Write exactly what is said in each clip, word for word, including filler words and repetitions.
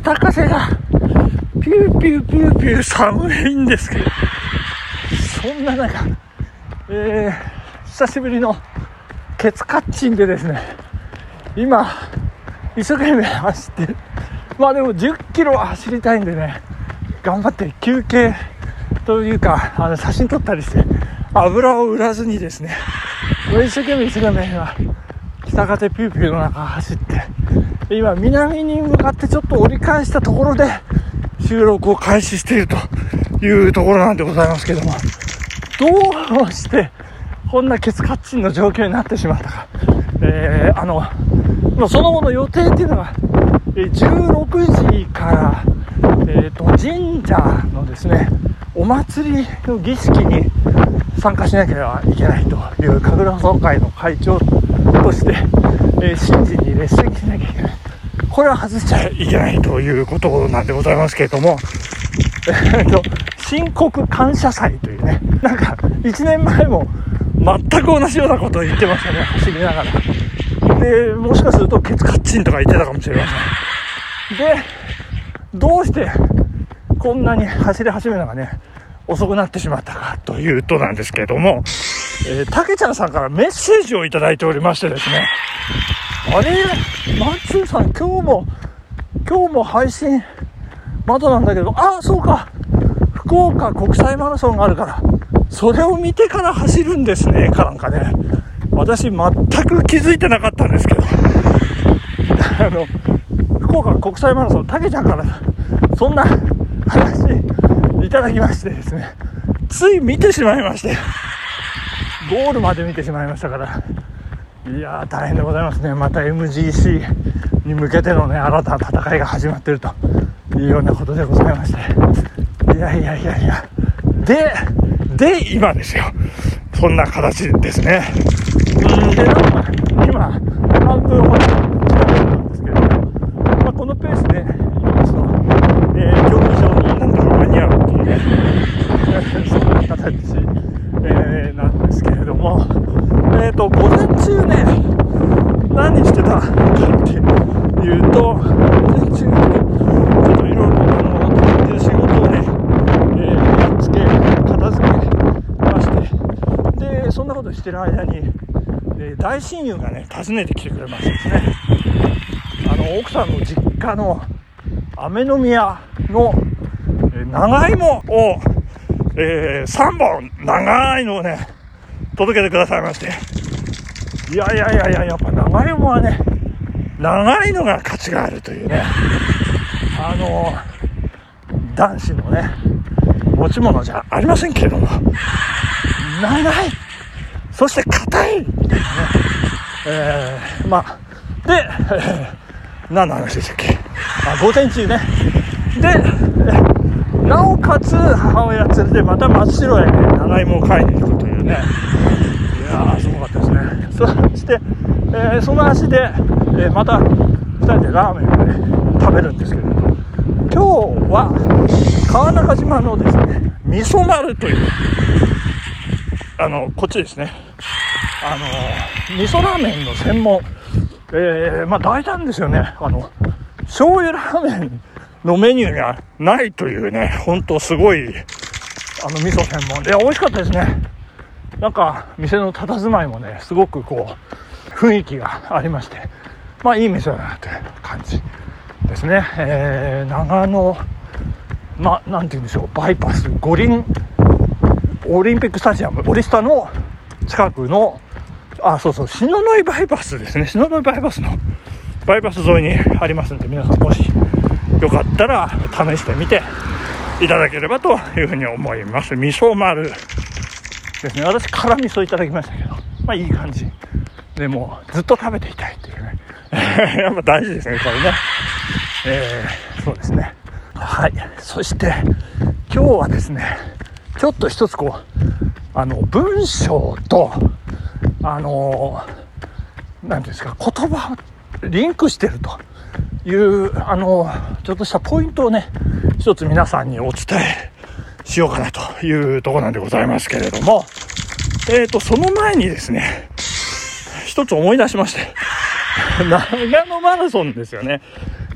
北風がピューピューピューピュー寒いんですけど、そんな中、えー、久しぶりのケツカッチンでですね、今一生懸命走ってる。まあでもじゅっキロは走りたいんでね、頑張って休憩というか、あの写真撮ったりして油を売らずにですね、一生懸命一生懸命今北風ピューピューの中走って、今南に向かってちょっと折り返したところで収録を開始しているというところなんでございますけども、どうしてこんなケツカッチンの状況になってしまったか。えー、あのその後の予定っていうのがじゅうろくじから、えー、と神社のですねお祭りの儀式に参加しなければいけないという神楽総会の会長として、えー、神事に列席しなきゃいけない。これは外しちゃいけないということなんでございますけれども、えー、と申告感謝祭というね、なんかいちねんまえも全く同じようなことを言ってましたね、走りながら。でもしかするとケツカッチンとか言ってたかもしれません。でどうしてこんなに走り始めるのがね遅くなってしまったかというとなんですけれども、えー、たけちゃんさんからメッセージをいただいておりましてですね、あれマッツーさん今日も今日も配信まだなんだけど、ああそうか、福岡国際マラソンがあるからそれを見てから走るんですねかなんかね、私全く気づいてなかったんですけどあの福岡国際マラソン、たけちゃんからそんな話いただきましてですね、つい見てしまいまして、ゴールまで見てしまいましたから、いやー大変でございますね。また エムジーシー に向けてのね新たな戦いが始まっているというようなことでございまして、いやいやいやいやでで今ですよ、そんな形ですね。うんでなんか今半分ほど来たところなんですけど、まあ、このペースでいきますと、えー、競技場になんとか間に合うっていうねそんな形、えー、なんですけれども、えーと午前中ね何してたかっていうと、午前中にちょっといろいろ止めてる仕事をね、えー、やっつけ片付けまして、でそんなことしてる間に、えー、大親友がね訪ねてきてくれましてですね、あの奥さんの実家の雨宮の、えー、長芋を、えー、さんぼん長いのをね届けてくださいまして、いやいやいやいややっぱ長芋はね長いのが価値があるというね、あの男子のね持ち物じゃありませんけれども、長いそして硬いみたいなね、えー、まあで、えー、何の話でしたっけ、あ午前中ねで、なおかつ母親連れてまた真っ白へ、ね、長芋を買いに行くというね、いやーすごかったですね。そして、えー、その足で、えー、またふたりでラーメンをね食べるんですけど、今日は川中島のですね味噌丸というあのこっちですね、あの味噌ラーメンの専門、えー、まあ大胆ですよね。あの醤油ラーメンのメニューがないというね、本当すごいあの味噌専門で、いや美味しかったですね。なんか店の佇まいもねすごくこう雰囲気がありまして、まあいい店だなという感じですね。えー、長野まあなんて言うんでしょう、バイパス五輪オリンピックスタジアムオリスタの近くの、あそうそう篠ノ井バイパスですね、篠ノ井バイパスのバイパス沿いにありますので、皆さんもしよかったら試してみていただければというふうに思います。味噌丸ですね。私辛味噌いただきましたけど、まあいい感じで、もうずっと食べていたいというねやっぱ大事ですねこれね、えー、そうですね。はい、そして今日はですねちょっと一つこうあの文章とあの何ていうんですか言葉をリンクしてるというあのちょっとしたポイントをね一つ皆さんにお伝えしようかなというところなんでございますけれども、えーとその前にですね一つ思い出しまして長野マラソンですよね。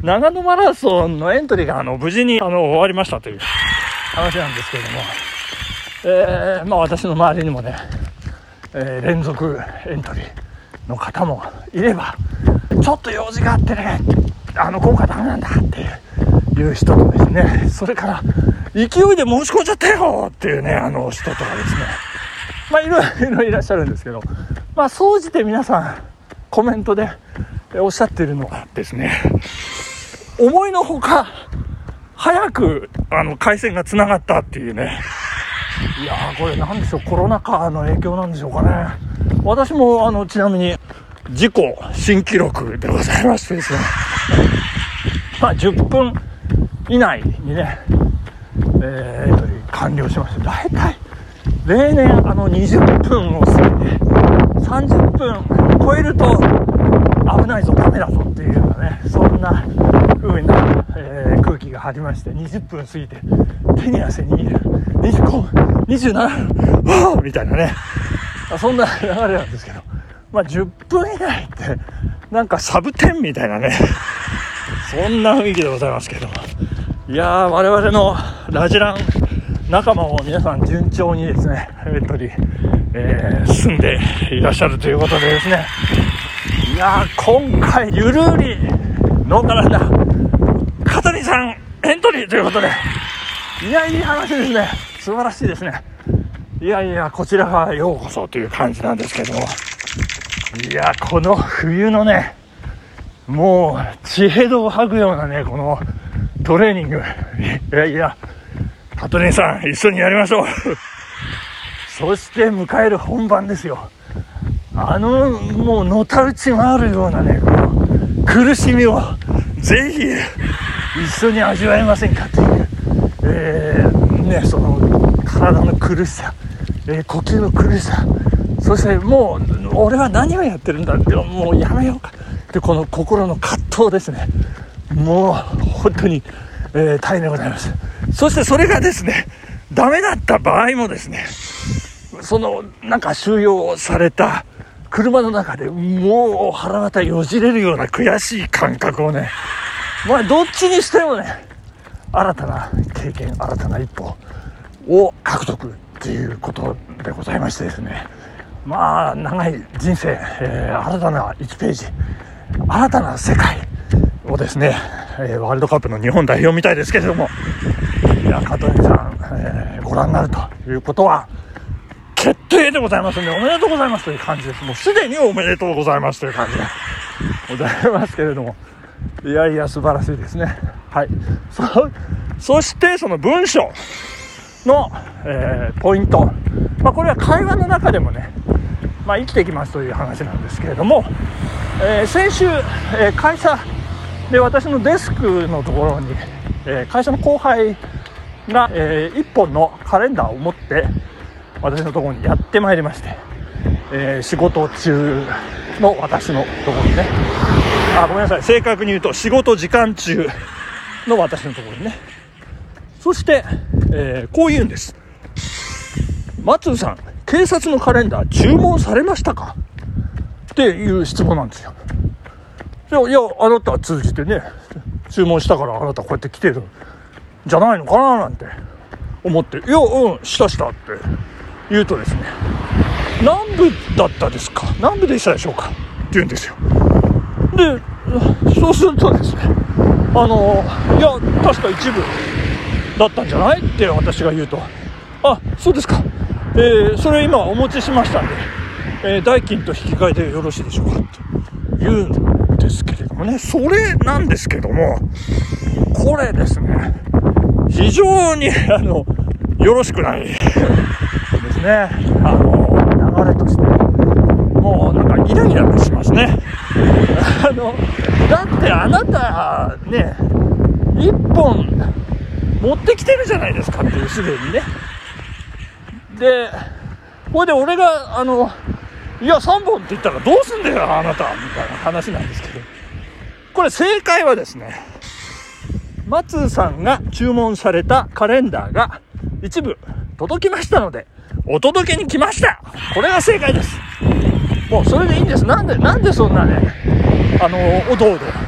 長野マラソンのエントリーがあの無事にあの終わりましたという話なんですけれども、えー、まあ私の周りにもね、えー、連続エントリーの方もいれば、ちょっと用事があってね、あの今回ダメなんだっていう人とですね、それから勢いで申し込んじゃったよっていうね、あの人とかですね、まあいろいろいらっしゃるんですけど、まあ総じて皆さんコメントでおっしゃっているのはですね、思いのほか早くあの回線がつながったっていうね。いやー、これなんでしょう、コロナ禍の影響なんでしょうかね。私もあのちなみに自己新記録でございましてですね、まあじゅっぷん以内にね、えー、エントリー完了しました。だいたい例年あのにじゅっぷんを過ぎてさんじゅっぷん超えると危ないぞ、ダメだぞっていうようなね、そんな風な、えー、空気が張りまして、にじゅっぷん過ぎて手に汗握る、にじゅうごふん、にじゅうななふん、わーみたいなね、そんな流れなんですけど、まあじゅっぷん以内ってなんかサブテンみたいなね、そんな雰囲気でございますけど、いやー、我々のラジラン仲間も皆さん順調にですね、エントリー、えー、進んでいらっしゃるということでですね、いやー、今回ゆるりノーカランダー香取さんエントリーということで、いや、いい話ですね、素晴らしいですね。いやいや、こちらはようこそという感じなんですけども、いや、この冬のね、もう地平道を吐くようなね、このトレーニング、いやいや、香取さん一緒にやりましょうそして迎える本番ですよ。あのもうのたうち回るようなね、この苦しみをぜひ一緒に味わえませんかっていう、えー、ね、その体の苦しさ、えー、呼吸の苦しさ、そしてもう俺は何をやってるんだって、もうやめようかってこの心の葛藤ですね。もう本当に、えー、大変でございます。そしてそれがですね、ダメだった場合もですね、そのなんか収容された車の中でもう腹渡よじれるような悔しい感覚をね、まあどっちにしてもね、新たな経験、新たな一歩を獲得っていうことでございましてですね、まあ長い人生、えー、新たないちページ、新たな世界をですね、えー、ワールドカップの日本代表みたいですけれども、いや、香取さん、えー、ご覧になるということは決定でございますので、おめでとうございますという感じです。もうすでにおめでとうございますという感じでございますけれども、いやいや素晴らしいですね。はい。そそしてその文章の、えー、ポイント、まあ、これは会話の中でもね、まあ、生きてきますという話なんですけれども、えー、先週、えー、会社で私のデスクのところに、えー、会社の後輩が、えー、いっぽんのカレンダーを持って私のところにやってまいりまして、えー、仕事中の私のところにね、あ、ごめんなさい、正確に言うと仕事時間中の私のところにね、そして、えー、こう言うんです。松さん、警察のカレンダー注文されましたかっていう質問なんですよ。いや、いや、あなたは通じてね、注文したからあなたこうやって来てるんじゃないのかななんて思って、いや、うん、したしたって言うとですね、何部だったですか、何部でしたでしょうかって言うんですよ。で、そうするとですね、あの、いや、確か一部だったんじゃないって私が言うと、あ、そうですか、えー、それ今お持ちしましたんで、えー、代金と引き換えでよろしいでしょうかって言うんですけれどもね、それなんですけども、これですね、非常にあのよろしくないですね。あの流れとしてもうなんかイライラしますね。あのだってあなたね、一本持ってきてるじゃないですかっていう、すでにね。で、これで俺があのいやさんぼんって言ったらどうすんだよあなたみたいな話なんですけど、これ正解はですね、松さんが注文されたカレンダーが一部届きましたのでお届けに来ました。これが正解です。もうそれでいいんです。なんでなんでそんなね、あのおどおど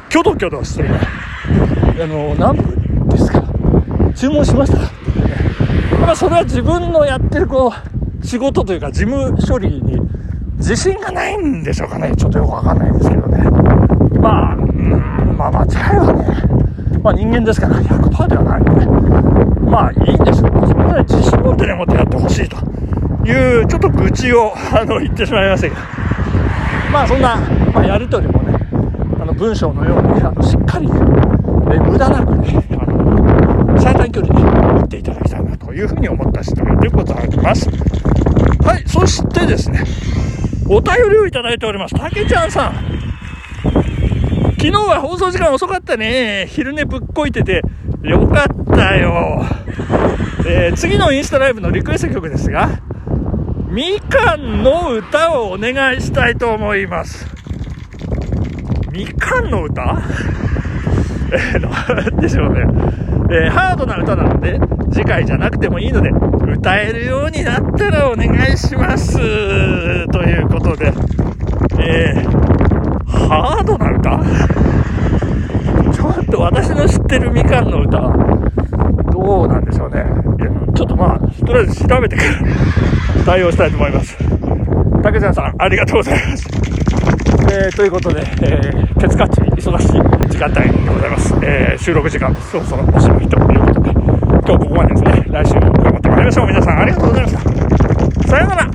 キョドキョドしてね、あの何部ですか注文しました。まあそれは自分のやってるこう仕事というか事務処理に自信がないんでしょうかね。ちょっとよくわかんないですけどね。まあ、うん、まあ間違いはね、まあ人間ですから ひゃくパーセント ではないので、まあいいんですよ。そこまで自信持ってね、持ってやってほしいというちょっと愚痴をあの言ってしまいましたけど、まあそんな、まあ、やりとりもね、あの文章のようにあのしっかり、ね、無駄なくね、あの最短距離で打っていただきたいなというふうに思った次第でございます。はい、そしてですね、お便りをいただいております。たけちゃんさん、昨日は放送時間遅かったね。昼寝ぶっこいててよかったよ。えー、次のインスタライブのリクエスト曲ですが、みかんの歌をお願いしたいと思います。みかんの歌えー、なんでしょうね、えー、ハードな歌なので次回じゃなくてもいいので歌えるようになったらお願いしますということで、えー、ハードな歌ちょっと私の知ってるみかんの歌どうなんでしょうね。いやちょっとまあとりあえず調べてから対応したいと思います。たけちゃんさんありがとうございます。えー、ということで、えー、ケツカッチ忙しい時間帯でございます。えー、収録時間そろそろおしまいということで、今日ここまでですね。来週も頑張ってまいりましょう。皆さんありがとうございました。さようなら。